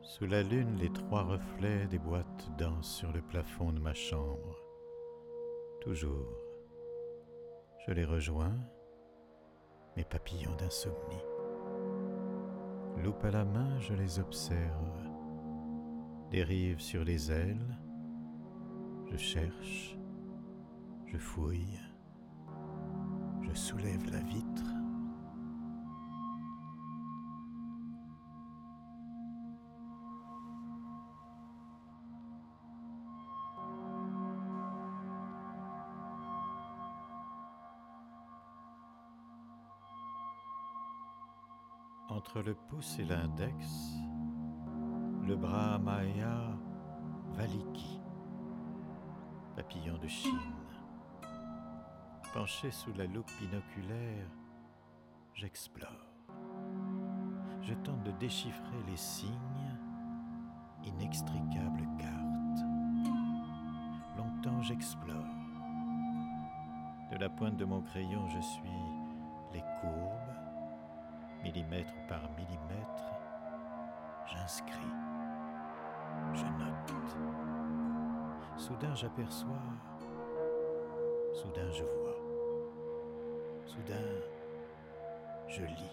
Sous la lune, les trois reflets des boîtes dansent sur le plafond de ma chambre. Toujours, je les rejoins, mes papillons d'insomnie. Loupe à la main, je les observe, dérive sur les ailes, je cherche, je fouille, je soulève la vitre. Entre le pouce et l'index, le Brahmaya valiki, papillon de Chine. Penché sous la loupe binoculaire, j'explore. Je tente de déchiffrer les signes, inextricables cartes. Longtemps j'explore. De la pointe de mon crayon, je suis les courbes, millimètre par millimètre. J'inscris, je note. Soudain j'aperçois, soudain je vois, soudain je lis.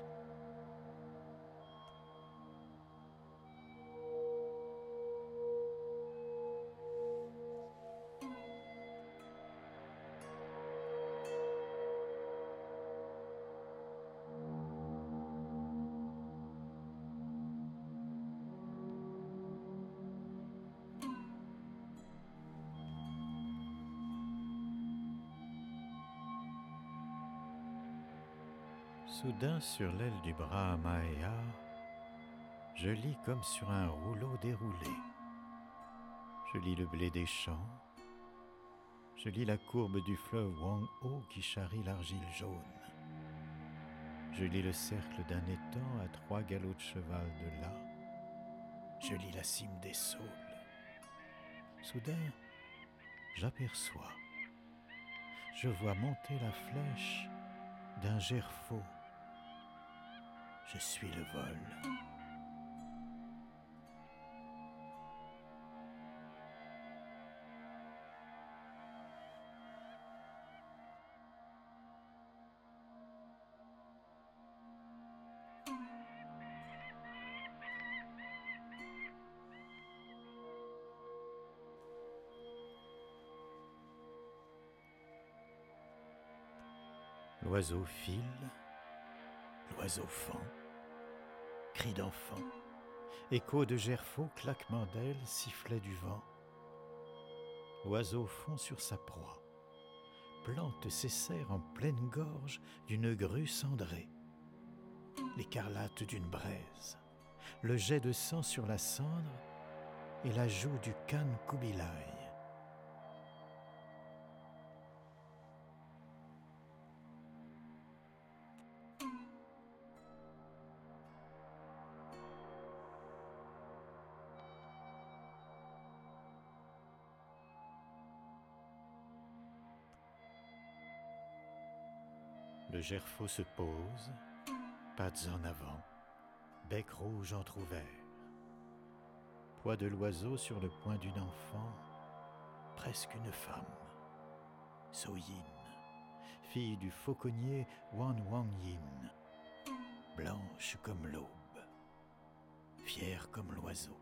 Soudain, sur l'aile du Brahmaya, je lis comme sur un rouleau déroulé. Je lis le blé des champs, je lis la courbe du fleuve Wang-Ho qui charrie l'argile jaune. Je lis le cercle d'un étang à 3 galops de cheval de là. Je lis la cime des saules. Soudain, j'aperçois, je vois monter la flèche d'un gerfaut. Je suis le vol. L'oiseau file, l'oiseau fend, cri d'enfant, écho de gerfaut, claquement d'ailes, sifflet du vent. L'oiseau fond sur sa proie, plante ses serres en pleine gorge d'une grue cendrée, l'écarlate d'une braise, le jet de sang sur la cendre et la joue du Khan Kubilai. Le gerfaut se pose, pattes en avant, bec rouge entr'ouvert. Poids de l'oiseau sur le poing d'une enfant, presque une femme. So-Yin, fille du fauconnier Wan Wang-Yin, blanche comme l'aube, fière comme l'oiseau.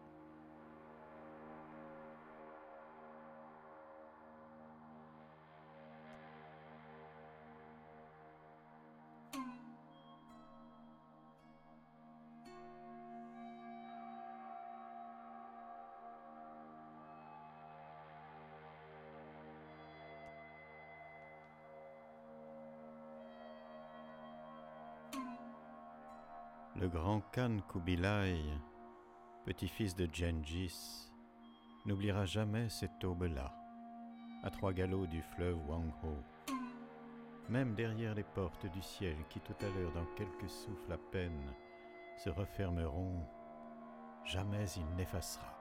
Le grand Khan Kubilai, petit-fils de Gengis, n'oubliera jamais cette aube-là, à 3 galops du fleuve Wang-Ho. Même derrière les portes du ciel qui tout à l'heure, dans quelques souffles à peine, se refermeront, jamais il n'effacera.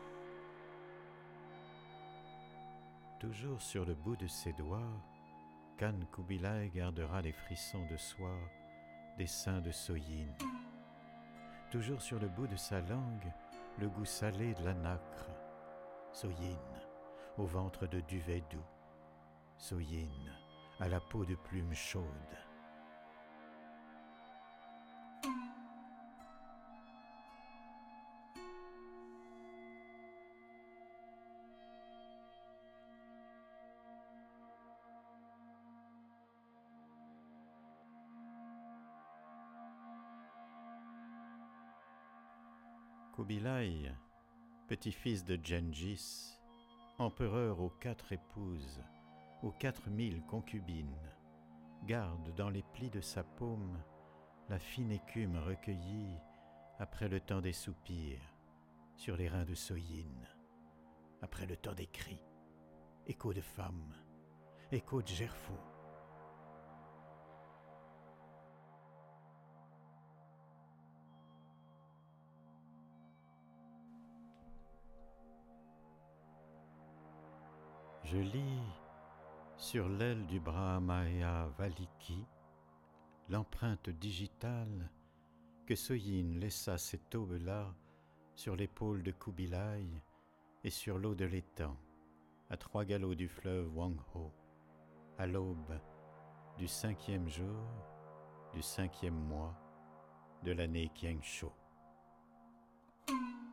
Toujours sur le bout de ses doigts, Khan Kubilai gardera les frissons de soie des seins de Soyin. Toujours sur le bout de sa langue, le goût salé de la nacre. Soyin, au ventre de duvet doux. Soyin, à la peau de plume chaude. Kubilai, petit-fils de Gengis, empereur aux 4 épouses, aux 4000 concubines, garde dans les plis de sa paume la fine écume recueillie après le temps des soupirs sur les reins de Soyin, après le temps des cris, écho de femmes, écho de Gerfaut. Je lis sur l'aile du Brahmaya Valiki l'empreinte digitale que Soyin laissa cette aube-là sur l'épaule de Kubilai et sur l'eau de l'étang, à 3 galops du fleuve Wangho, à l'aube du 5e jour du 5e mois de l'année Qiangshu.